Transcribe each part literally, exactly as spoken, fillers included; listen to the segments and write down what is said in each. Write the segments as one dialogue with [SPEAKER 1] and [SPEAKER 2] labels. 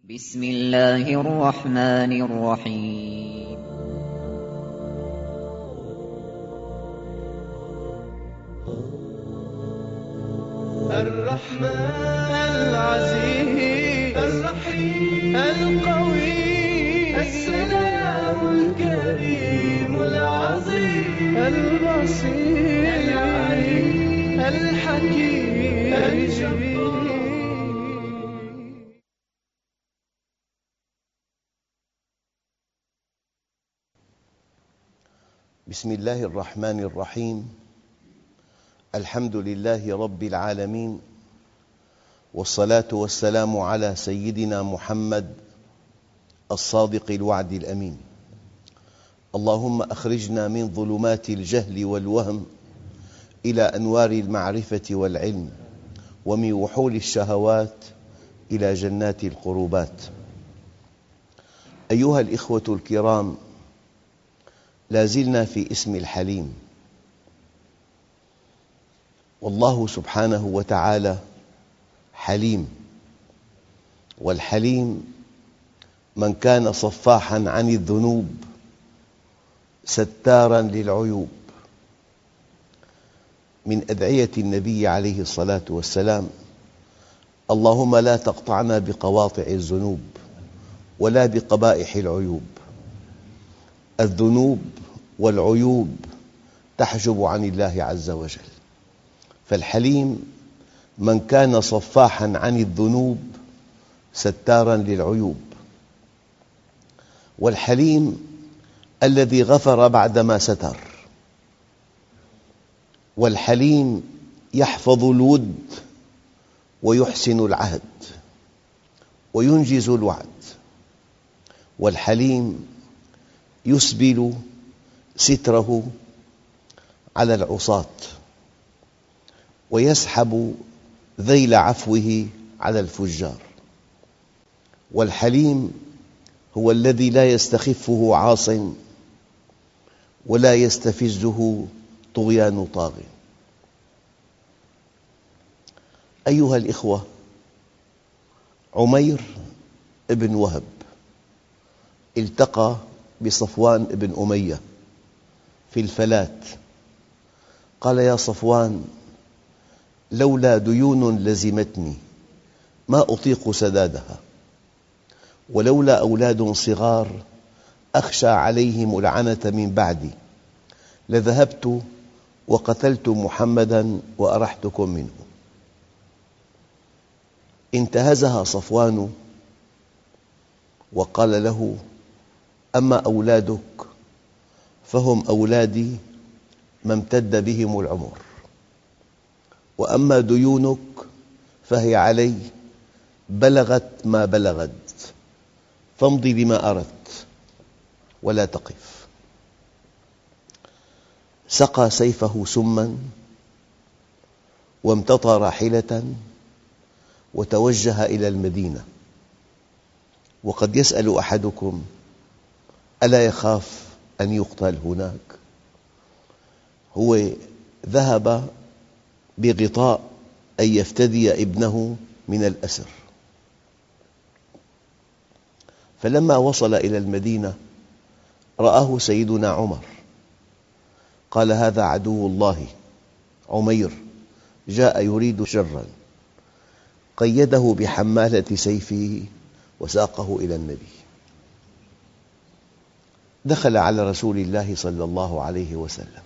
[SPEAKER 1] بسم الله الرحمن الرحيم.
[SPEAKER 2] الرحمن العزيز الرحيم القوي السلام الكريم العظيم البصير العليم الحكيم الجبار.
[SPEAKER 3] بسم الله الرحمن الرحيم. الحمد لله رب العالمين، والصلاة والسلام على سيدنا محمد الصادق الوعد الأمين. اللهم أخرجنا من ظلمات الجهل والوهم إلى أنوار المعرفة والعلم، ومن وحول الشهوات إلى جنات القربات. أيها الإخوة الكرام، لا زلنا في اسم الحليم، والله سبحانه وتعالى حليم، والحليم من كان صفاحاً عن الذنوب ستاراً للعيوب. من أدعية النبي عليه الصلاة والسلام: اللهم لا تقطعنا بقواطع الذنوب ولا بقبائح العيوب. الذنوب والعيوب تحجب عن الله عز وجل، فالحليم من كان صفاحاً عن الذنوب ستاراً للعيوب، والحليم الذي غفر بعدما ستر، والحليم يحفظ الود ويحسن العهد وينجز الوعد، والحليم يسبل ستره على العصاة ويسحب ذيل عفوه على الفجار. والحليم هو الذي لا يستخفه عاصٍ ولا يستفزه طغيان طاغٍ. أيها الإخوة، عمير بن وهب التقى بصفوان بن أمية في الفلات. قال: يا صفوان، لولا ديون لزمتني ما أطيق سدادها، ولولا أولاد صغار أخشى عليهم العنة من بعدي لذهبت وقتلت محمداً وأرحتكم منه. انتهزها صفوان وقال له: أما أولادك فهم أولادي ما امتد بهم العمر، وأما ديونك فهي علي بلغت ما بلغت، فامضي بما أردت ولا تقف. سقى سيفه سماً وامتطى راحلة وتوجه إلى المدينة. وقد يسأل أحدكم: ألا يخاف أن يقتل هناك؟ هو ذهب بغطاء أن يفتدي ابنه من الأسر. فلما وصل إلى المدينة رآه سيدنا عمر، قال: هذا عدو الله عمير جاء يريد شراً. قيده بحمالة سيفه وساقه إلى النبي. دخل على رسول الله صلى الله عليه وسلم،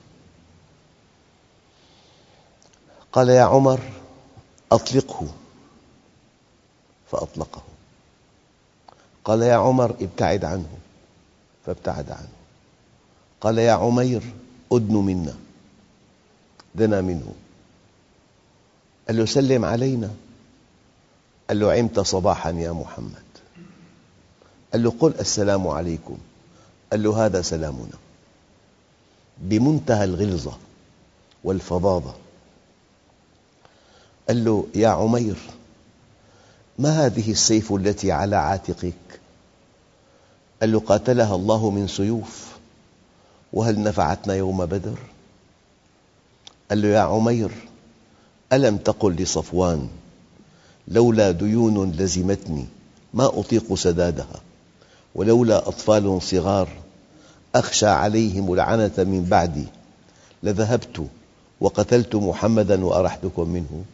[SPEAKER 3] قال: يا عمر، أطلقه، فأطلقه. قال: يا عمر، ابتعد عنه، فابتعد عنه. قال: يا عمير، أدن منا، دنا منه. قال له: سلم علينا. قال له: عمت صباحاً يا محمد. قال له: قل السلام عليكم. قال له: هذا سلامنا. بمنتهى الغلظة والفظاظة. قال له: يا عمير، ما هذه السيف التي على عاتقك؟ قال له: قاتلها الله من سيوف، وهل نفعتنا يوم بدر؟ قال له: يا عمير، ألم تقل لصفوان: لولا ديون لزمتني ما أطيق سدادها، ولولا أطفال صغار أخشى عليهم العنة من بعدي لذهبت وقتلت محمداً وأرحتكم منه.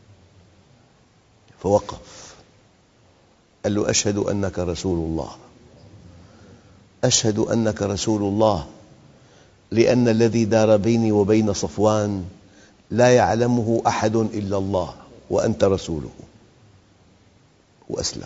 [SPEAKER 3] فوقف قال له: أشهد أنك رسول الله، أشهد أنك رسول الله، لأن الذي دار بيني وبين صفوان لا يعلمه أحد إلا الله وأنت رسوله. وأسلم.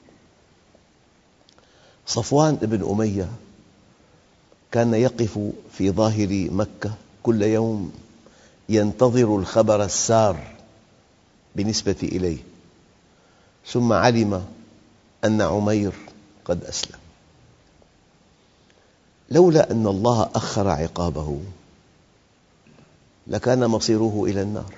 [SPEAKER 3] صفوان بن أمية كان يقف في ظاهر مكة كل يوم ينتظر الخبر السار بالنسبة إليه، ثم علم أن عمير قد أسلم. لولا أن الله أخر عقابه لكان مصيره إلى النار،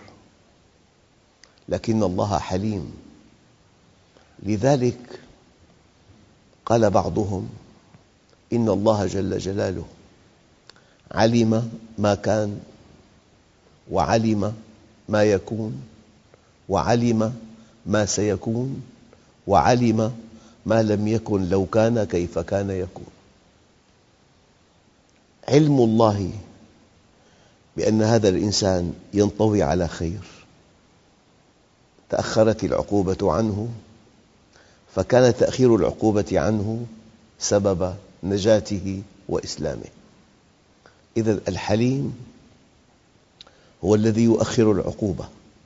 [SPEAKER 3] لكن الله حليم. لذلك قال بعضهم: إن الله جل جلاله علم ما كان، وعلم ما يكون، وعلم ما سيكون، وعلم ما لم يكن لو كان كيف كان يكون. علم الله بأن هذا الإنسان ينطوي على خير، تأخرت العقوبة عنه، فكان تأخير العقوبة عنه سبب نجاته وإسلامه. إذن الحليم هو الذي يؤخر العقوبة.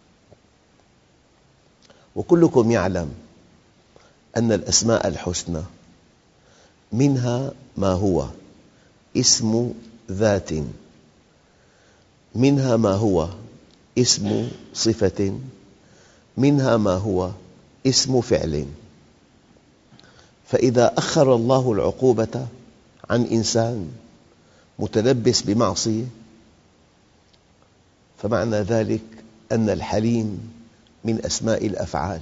[SPEAKER 3] وكلكم يعلم أن الأسماء الحسنى منها ما هو اسم ذات، منها ما هو اسم صفة، منها ما هو اسم فعل. فإذا أخر الله العقوبة عن إنسان متلبس بمعصية فمعنى ذلك أن الحليم من أسماء الأفعال.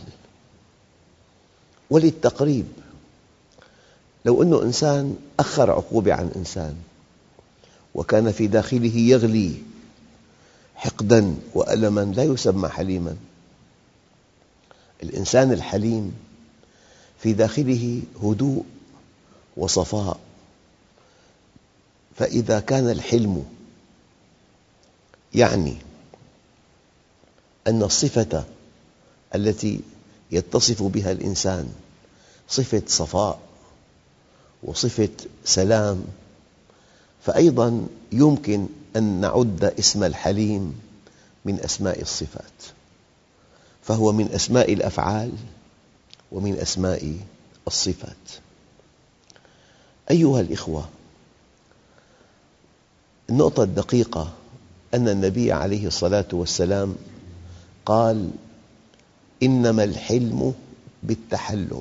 [SPEAKER 3] وللتقريب، لو أن إنسان أخر عقوبة عن إنسان وكان في داخله يغلي حقداً وألماً لا يسمى حليماً. الإنسان الحليم في داخله هدوء وصفاء. فإذا كان الحلم يعني أن الصفة التي يتصف بها الإنسان صفة صفاء وصفة سلام، فأيضاً يمكن أن نعد اسم الحليم من أسماء الصفات، فهو من أسماء الأفعال ومن أسماء الصفات. أيها الإخوة، النقطة الدقيقة أن النبي عليه الصلاة والسلام قال: إنما الحلم بالتحلم،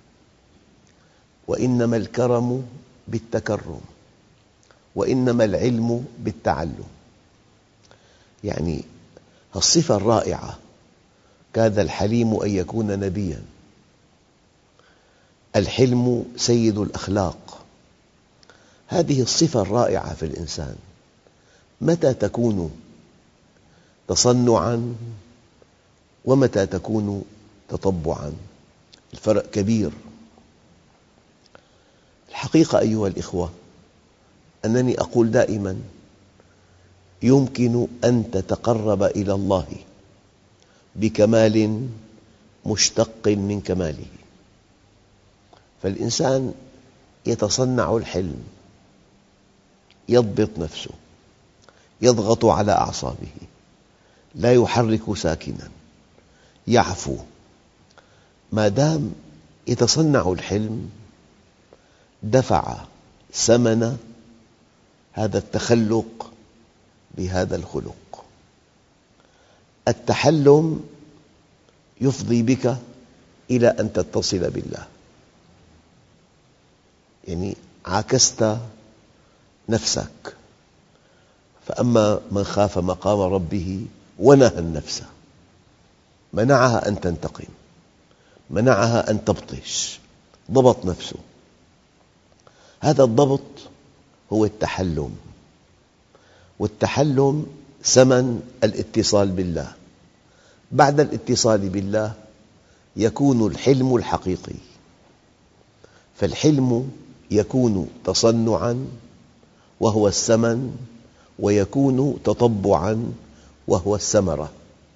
[SPEAKER 3] وإنما الكرم بالتكرم، وإنما العلم بالتعلم. يعني الصفة الرائعة كاد الحليم أن يكون نبياً. الحلم سيد الأخلاق. هذه الصفة الرائعة في الإنسان متى تكون تصنعاً ومتى تكون تطبعاً؟ الفرق كبير. الحقيقة أيها الإخوة أنني أقول دائماً: يمكن أن تتقرب إلى الله بكمال مشتق من كماله. فالإنسان يتصنع الحلم، يضبط نفسه، يضغط على أعصابه، لا يحرك ساكناً، يعفو. ما دام يتصنع الحلم دفع ثمن هذا التخلق بهذا الخلق. التحلم يفضي بك إلى أن تتصل بالله، يعني عاكست نفسك. فأما من خاف مقام ربه ونهى النفس، منعها أن تنتقم، منعها أن تبطش، ضبط نفسه. هذا الضبط هو التحلم، والتحلم ثمن الاتصال بالله. بعد الاتصال بالله يكون الحلم الحقيقي. فالحلم يكون تصنعاً وهو الثمن، ويكون تطبعاً وهو الثمرة.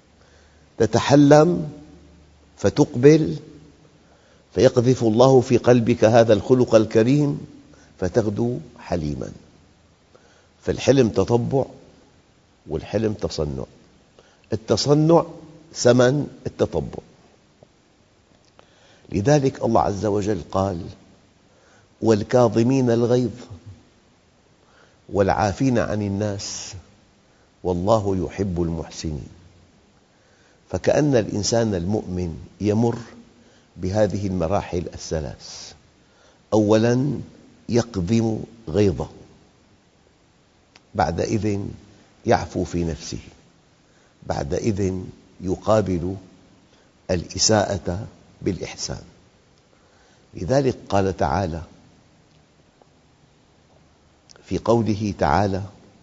[SPEAKER 3] تتحلم فتقبل فيقذف الله في قلبك هذا الخلق الكريم فتغدو حليماً. فالحلم تطبع والحلم تصنع. التصنع ثمن التطبع. لذلك الله عز وجل قال: والكاظمين الغيظ والعافين عن الناس والله يحب المحسنين. فكأن الإنسان المؤمن يمر بهذه المراحل الثلاث. أولاً يكظم غيظه، بعدئذ يعفو في نفسه، بعدئذ يقابل الإساءة بالإحسان. لذلك قال تعالى في قوله تعالى: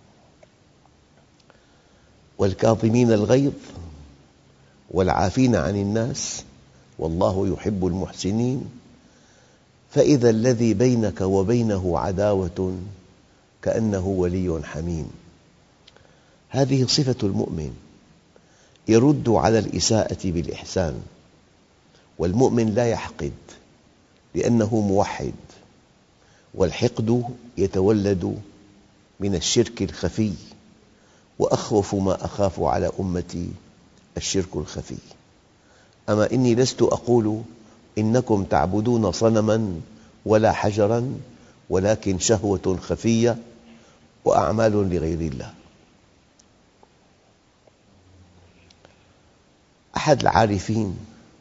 [SPEAKER 3] والكاظمين الغيظ والعافين عن الناس والله يحب المحسنين، فإذا الذي بينك وبينه عداوة كأنه ولي حميم. هذه صفة المؤمن، يرد على الإساءة بالإحسان. والمؤمن لا يحقد لأنه موحد، والحقد يتولد من الشرك الخفي، وأخوف ما أخاف على أمتي الشرك الخفي. أما إني لست أقول إنكم تعبدون صنماً ولا حجراً، ولكن شهوة خفية وأعمال لغير الله. أحد العارفين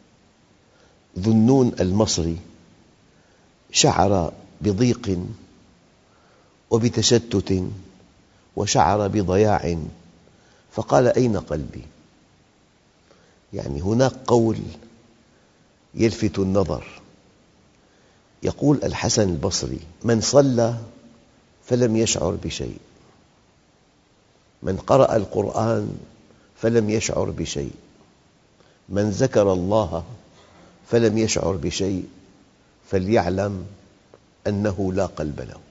[SPEAKER 3] ذنون المصري شعر بضيق وبتشتت وشعر بضياع، فقال: أين قلبي؟ يعني هناك قول يلفت النظر، يقول الحسن البصري: من صلى فلم يشعر بشيء، من قرأ القرآن فلم يشعر بشيء، من ذكر الله فلم يشعر بشيء، فليعلم أنه لا قلب له.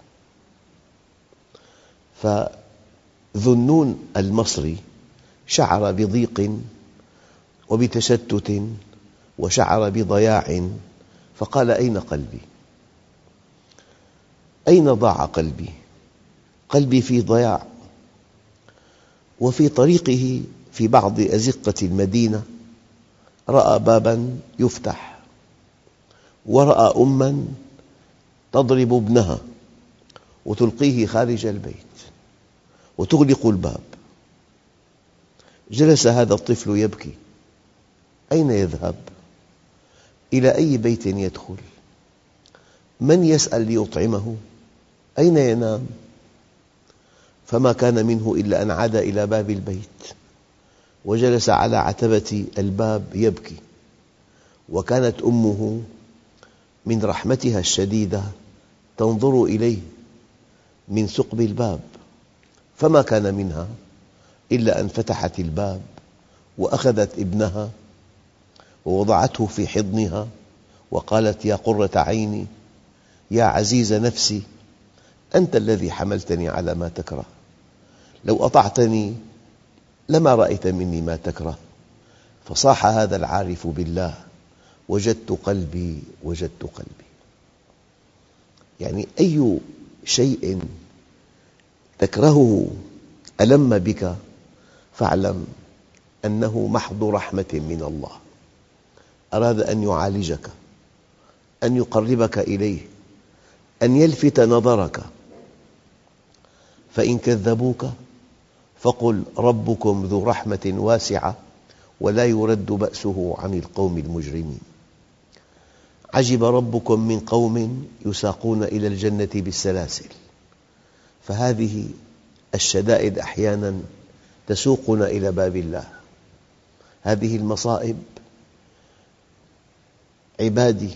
[SPEAKER 3] فذنون المصري شعر بضيق وبتشتت وشعر بضياع، فقال: أين قلبي؟ أين ضاع قلبي؟ قلبي في ضياع. وفي طريقه في بعض أزقة المدينة رأى باباً يفتح، ورأى أماً تضرب ابنها وتلقيه خارج البيت وتغلق الباب. جلس هذا الطفل يبكي. أين يذهب؟ إلى أي بيت يدخل؟ من يسأل ليطعمه؟ أين ينام؟ فما كان منه إلا أن عاد إلى باب البيت وجلس على عتبة الباب يبكي. وكانت أمه من رحمتها الشديدة تنظر إليه من ثقب الباب، فما كان منها إلا أن فتحت الباب وأخذت ابنها ووضعته في حضنها وقالت: يا قرة عيني، يا عزيز نفسي، أنت الذي حملتني على ما تكره، لو أطعتني لما رأيت مني ما تكره. فصاح هذا العارف بالله: وجدت قلبي وجدت قلبي. يعني أي شيء تكرهه ألم بك فاعلم أنه محض رحمة من الله، أراد أن يعالجك، أن يقربك إليه، أن يلفت نظرك. فإن كذبوك فقل ربكم ذو رحمة واسعة ولا يرد بأسه عن القوم المجرمين. عجب ربكم من قوم يساقون إلى الجنة بالسلاسل. فهذه الشدائد أحياناً تسوقنا إلى باب الله. هذه المصائب عبادي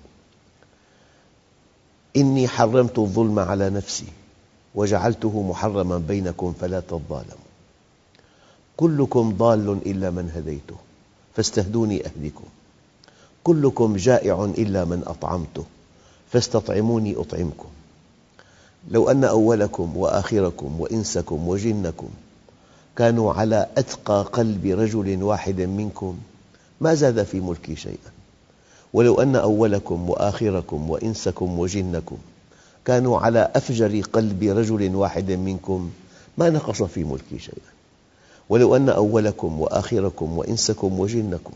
[SPEAKER 3] إني حرمت الظلم على نفسي وجعلته محرماً بينكم فلا تظالموا. كلكم ضال إلا من هديته فاستهدوني أهدكم. كلكم جائع إلا من أطعمته فاستطعموني أطعمكم. لو أن أولكم وآخركم وإنسكم وجنكم كانوا على أتقى قلب رجل واحد منكم ما زاد في ملكي شيئا، ولو أن أولكم وآخركم وإنسكم وجنكم كانوا على أفجر قلب رجل واحد منكم ما نقص في ملكي شيئا، ولو أن أولكم وآخركم وإنسكم وجنكم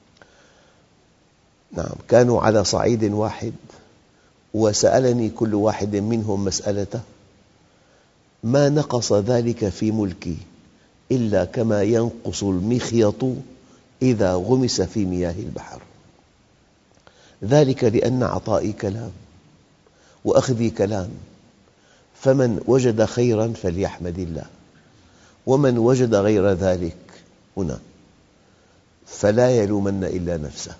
[SPEAKER 3] نعم كانوا على صعيد واحد وسألني كل واحد منهم مسألته ما نقص ذلك في ملكي إلا كما ينقص المخيط إذا غمس في مياه البحر. ذلك لأن عطائي كلام وأخذي كلام، فمن وجد خيراً فليحمد الله، ومن وجد غير ذلك هنا فلا يلومن إلا نفسه.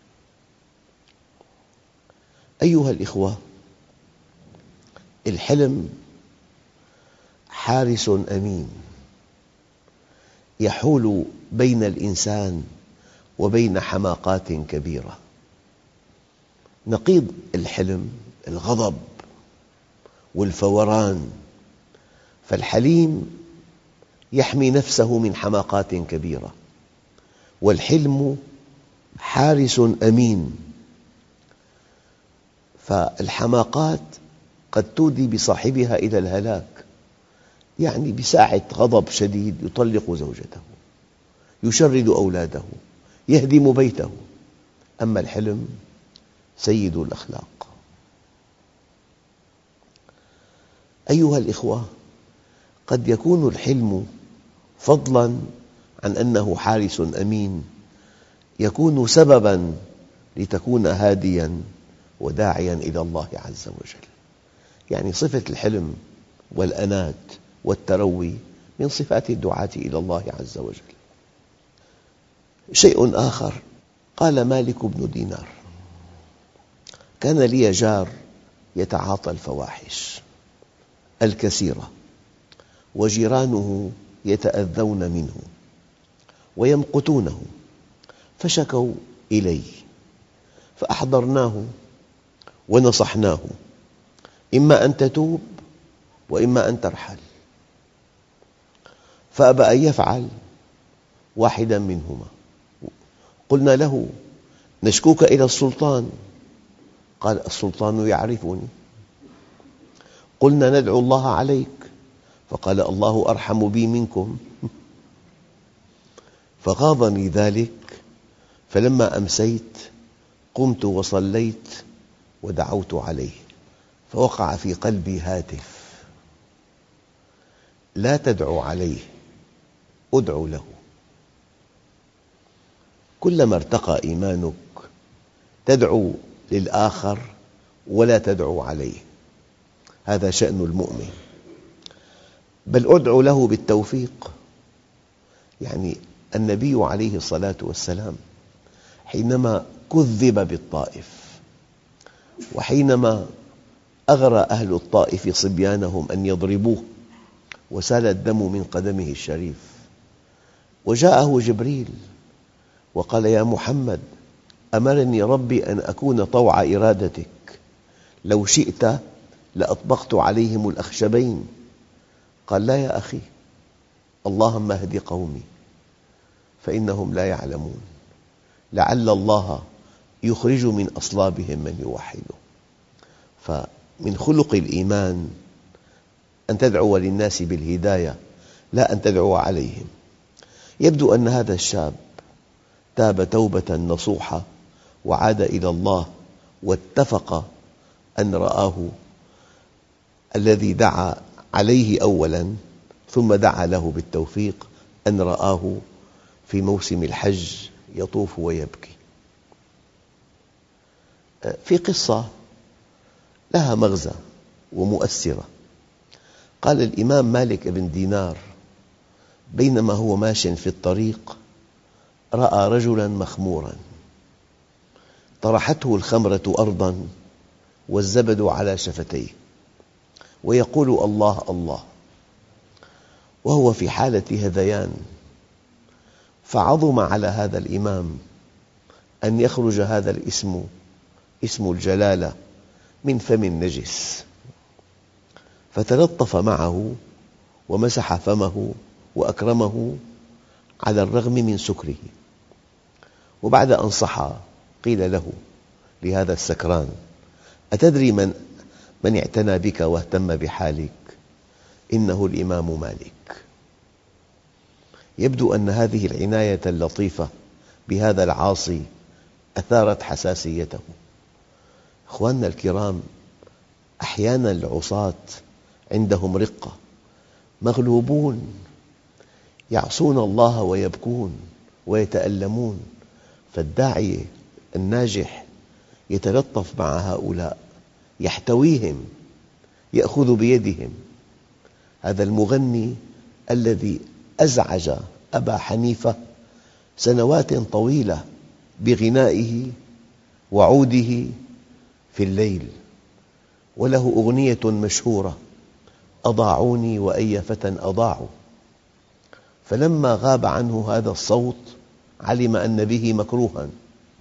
[SPEAKER 3] أيها الإخوة، الحلم حارس أمين يحول بين الإنسان وبين حماقات كبيرة. نقيض الحلم الغضب والفوران، فالحليم يحمي نفسه من حماقات كبيرة، والحلم حارس أمين. فالحماقات قد تودي بصاحبها إلى الهلاك، يعني بساعة غضب شديد يطلق زوجته، يشرد أولاده، يهدم بيته. أما الحلم سيد الأخلاق. أيها الإخوة، قد يكون الحلم فضلاً عن أنه حارس أمين يكون سبباً لتكون هادياً وداعياً إلى الله عز وجل. يعني صفة الحلم والأنات والتروي من صفات الدعاة إلى الله عز وجل. شيء آخر، قال مالك بن دينار: كان لي جار يتعاطى الفواحش الكثيرة وجيرانه يتأذون منه ويمقتونه، فشكوا إلي فأحضرناه ونصحناه إما أن تتوب وإما أن ترحل، فأبى أن يفعل واحدا منهما. قلنا له: نشكوك إلى السلطان. قال: السلطان يعرفني. قلنا: ندعو الله عليك. فقال: الله أرحم بي منكم. فغاضني ذلك، فلما أمسيت قمت وصليت ودعوت عليه، فوقع في قلبي هاتف: لا تدعو عليه، ادعو له. كلما ارتقى إيمانك تدعو للآخر ولا تدعو عليه، هذا شأن المؤمن. بل ادعو له بالتوفيق. يعني النبي عليه الصلاة والسلام حينما كذب بالطائف، وحينما أغرى أهل الطائف صبيانهم أن يضربوه وسال الدم من قدمه الشريف، وجاءه جبريل وقال: يا محمد، أمرني ربي أن أكون طوع إرادتك، لو شئت لأطبقت عليهم الأخشبين. قال: لا يا أخي، اللهم اهد قومي فإنهم لا يعلمون، لعل الله يخرج من أصلابهم من يوحده. فمن خلق الإيمان أن تدعو للناس بالهداية لا أن تدعو عليهم. يبدو أن هذا الشاب تاب توبة نصوحة وعاد إلى الله، واتفق أن رآه الذي دعا عليه أولاً ثم دعا له بالتوفيق، أن رآه في موسم الحج يطوف ويبكي. في قصة لها مغزى ومؤثرة. قال الإمام مالك بن دينار: بينما هو ماش في الطريق رأى رجلاً مخموراً، طرحته الخمرة أرضاً والزبد على شفتيه، ويقول: الله الله، وهو في حالة هذيان. فعظم على هذا الإمام أن يخرج هذا الاسم، اسم الجلالة، من فم نجس، فتلطف معه ومسح فمه وأكرمه على الرغم من سكره. وبعد أن صحى قيل له لهذا السكران: أتدري من, من اعتنى بك واهتم بحالك؟ إنه الإمام مالك. يبدو أن هذه العناية اللطيفة بهذا العاصي أثارت حساسيته. أخواننا الكرام، أحياناً العصاة عندهم رقة، مغلوبون، يعصون الله ويبكون ويتألمون، فالداعية الناجح يتلطف مع هؤلاء، يحتويهم، يأخذ بيدهم. هذا المغني الذي أزعج أبا حنيفة سنوات طويلة بغنائه وعوده في الليل، وله أغنية مشهورة: أضاعوني وأي فتى أضاعوا. فلما غاب عنه هذا الصوت علم أن به مكروها،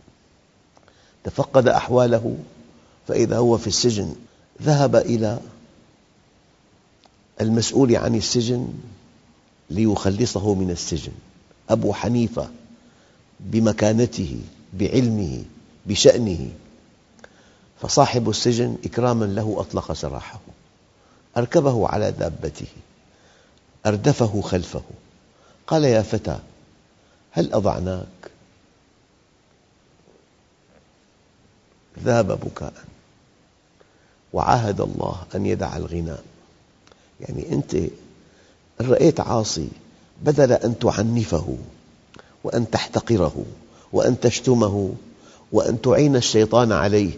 [SPEAKER 3] تفقد أحواله فإذا هو في السجن. ذهب إلى المسؤول عن السجن ليخلصه من السجن. أبو حنيفة بمكانته، بعلمه، بشأنه، فصاحب السجن إكراماً له أطلق سراحه، أركبه على دابته، أردفه خلفه، قال: يا فتى، هل أضعناك؟ ذهب بكاءً وعاهد الله أن يدع الغناء. يعني أنت إن رأيت عاصي، بدل أن تعنفه وأن تحتقره وأن تشتمه وأن تعين الشيطان عليه،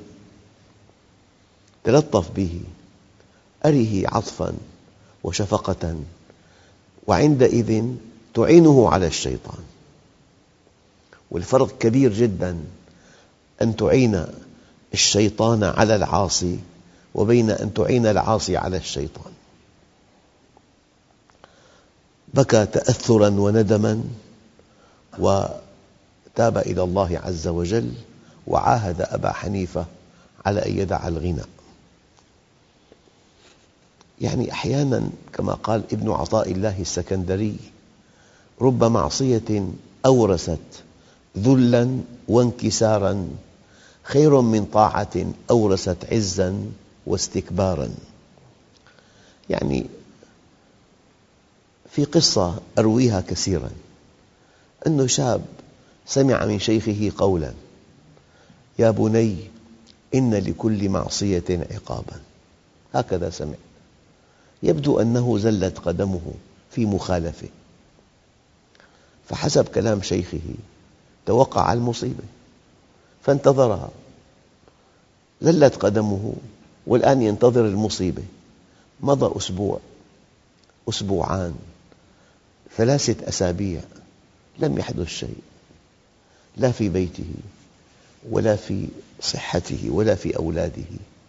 [SPEAKER 3] تلطف به، أره عطفاً وشفقة، وعندئذ تعينه على الشيطان. والفرق كبير جداً أن تعين الشيطان على العاصي وبين أن تعين العاصي على الشيطان. بكى تأثراً وندماً وتاب إلى الله عز وجل، وعاهد أبا حنيفة على أن يدع الغناء. يعني أحياناً كما قال ابن عطاء الله السكندري: رب معصية أورثت ذلاً وانكساراً خير من طاعة أورثت عزاً واستكباراً. يعني في قصة أرويها كثيراً، أنه شاب سمع من شيخه قولاً: يا بني، إن لكل معصية عقاباً. هكذا سمع. يبدو أنه زلت قدمه في مخالفة، فحسب كلام شيخه توقع المصيبة فانتظرها. زلت قدمه والآن ينتظر المصيبة. مضى أسبوع، أسبوعان، ثلاثة أسابيع، لم يحدث شيء، لا في بيته ولا في صحته ولا في أولاده.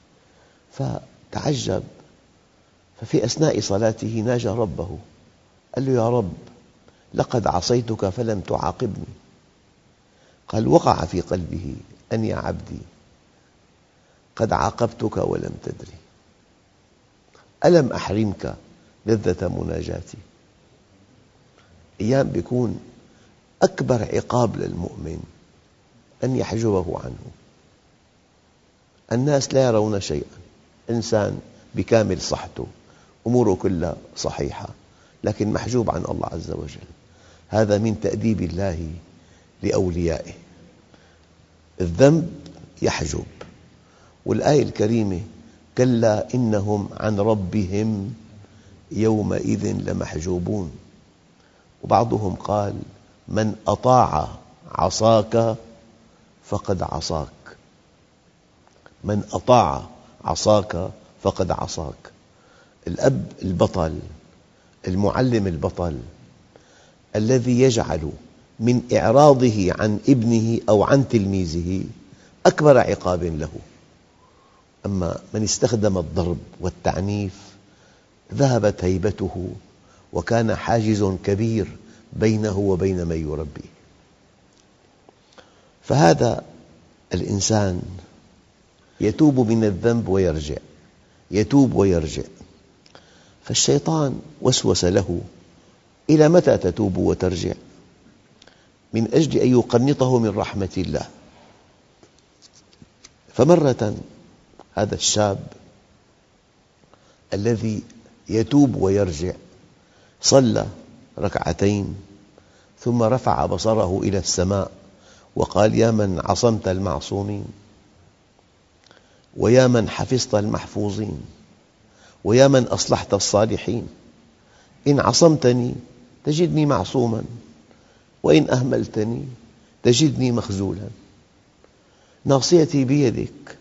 [SPEAKER 3] فتعجب، ففي أثناء صلاته ناجى ربه، قال له: يا رب، لقد عصيتك فلم تعاقبني. قال: وقع في قلبه أن يا عبدي قد عاقبتك ولم تدري، ألم أحرمك لذة مناجاتي؟ أيام يكون أكبر عقاب للمؤمن أن يحجبه عنه. الناس لا يرون شيئا، إنسان بكامل صحته، أموره كلها صحيحة، لكن محجوب عن الله عز وجل. هذا من تأديب الله لأوليائه. الذنب يحجب. والآية الكريمة: كلا إنهم عن ربهم يومئذ لمحجوبون. وبعضهم قال: من أطاع عصاك فقد عصاك. من أطاع عصاك فقد عصاك. الأب البطل، المعلم البطل، الذي يجعل من إعراضه عن ابنه أو عن تلميذه أكبر عقاب له. أما من استخدم الضرب والتعنيف ذهبت هيبته، وكان حاجز كبير بينه وبين من يربيه. فهذا الإنسان يتوب من الذنب ويرجع، يتوب ويرجع. فالشيطان وسوس له: إلى متى تتوب وترجع؟ من أجل أن يقنطه من رحمة الله. فمرة هذا الشاب الذي يتوب ويرجع صلى ركعتين ثم رفع بصره إلى السماء وقال: يا من عصمت المعصومين، ويا من حفظت المحفوظين، ويا من أصلحت الصالحين، إن عصمتني تجدني معصوما، وإن أهملتني تجدني مخذولا. ناصيتي بيدك،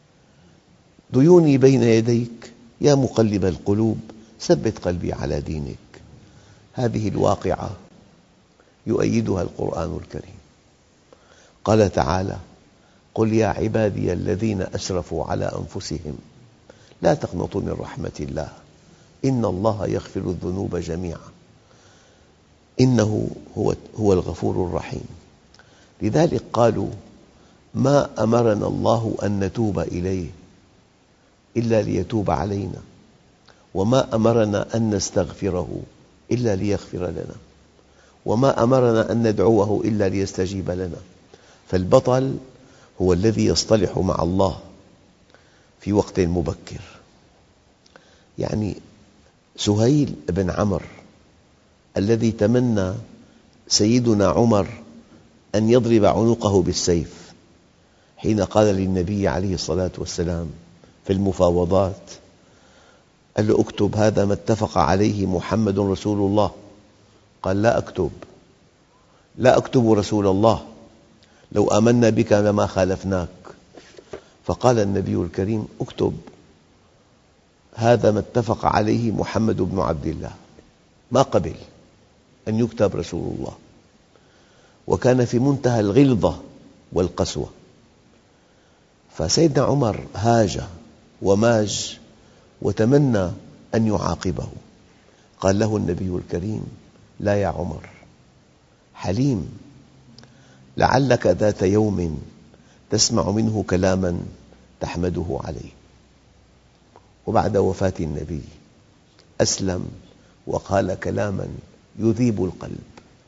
[SPEAKER 3] ديوني بين يديك، يا مقلب القلوب ثبت قلبي على دينك. هذه الواقعة يؤيدها القرآن الكريم. قال تعالى: قل يا عبادي الذين أسرفوا على أنفسهم لا تقنطوا من رحمة الله إن الله يغفر الذنوب جميعا إنه هو, هو الغفور الرحيم. لذلك قالوا: ما أمرنا الله أن نتوب إليه إلا ليتوب علينا، وما أمرنا أن نستغفره إلا ليغفر لنا، وما أمرنا أن ندعوه إلا ليستجيب لنا. فالبطل هو الذي يصطلح مع الله في وقت مبكر. يعني سهيل بن عمرو الذي تمنى سيدنا عمر أن يضرب عنقه بالسيف حين قال للنبي عليه الصلاة والسلام في المفاوضات، قال له: اكتب هذا ما اتفق عليه محمد رسول الله. قال: لا أكتب، لا أكتب رسول الله، لو آمنا بك لما خالفناك. فقال النبي الكريم: اكتب هذا ما اتفق عليه محمد بن عبد الله. ما قبل أن يكتب رسول الله، وكان في منتهى الغلظة والقسوة. فسيدنا عمر هاج وماج وتمنى أن يعاقبه. قال له النبي الكريم: لا يا عمر، حليم، لعلك ذات يوم تسمع منه كلاما تحمده عليه. وبعد وفاة النبي أسلم وقال كلاما يذيب القلب.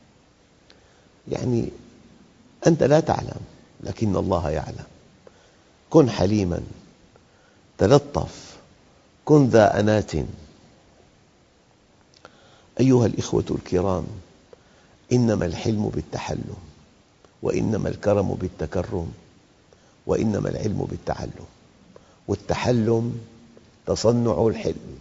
[SPEAKER 3] يعني أنت لا تعلم لكن الله يعلم. كن حليما، تلطف، كن ذا أنات. أيها الإخوة الكرام، إنما الحلم بالتحلم، وإنما الكرم بالتكرم، وإنما العلم بالتعلم. والتحلم تصنع الحلم،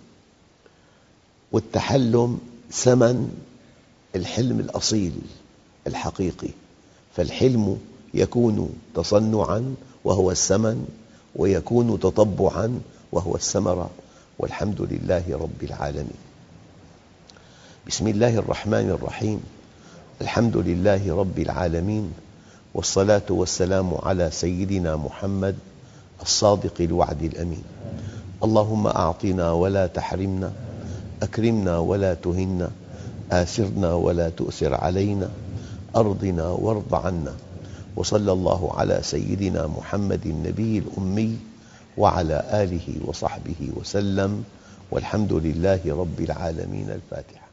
[SPEAKER 3] والتحلم ثمن الحلم الأصيل الحقيقي. فالحلم يكون تصنعاً وهو الثمن، ويكون تطبعاً وهو الثمرة. والحمد لله رب العالمين. بسم الله الرحمن الرحيم. الحمد لله رب العالمين، والصلاة والسلام على سيدنا محمد الصادق الوعد الأمين. اللهم أعطنا ولا تحرمنا، أكرمنا ولا تهنا، آثرنا ولا تؤثر علينا، أرضنا وارض عنا. وصلى الله على سيدنا محمد النبي الأمي وعلى آله وصحبه وسلم، والحمد لله رب العالمين. الفاتحة.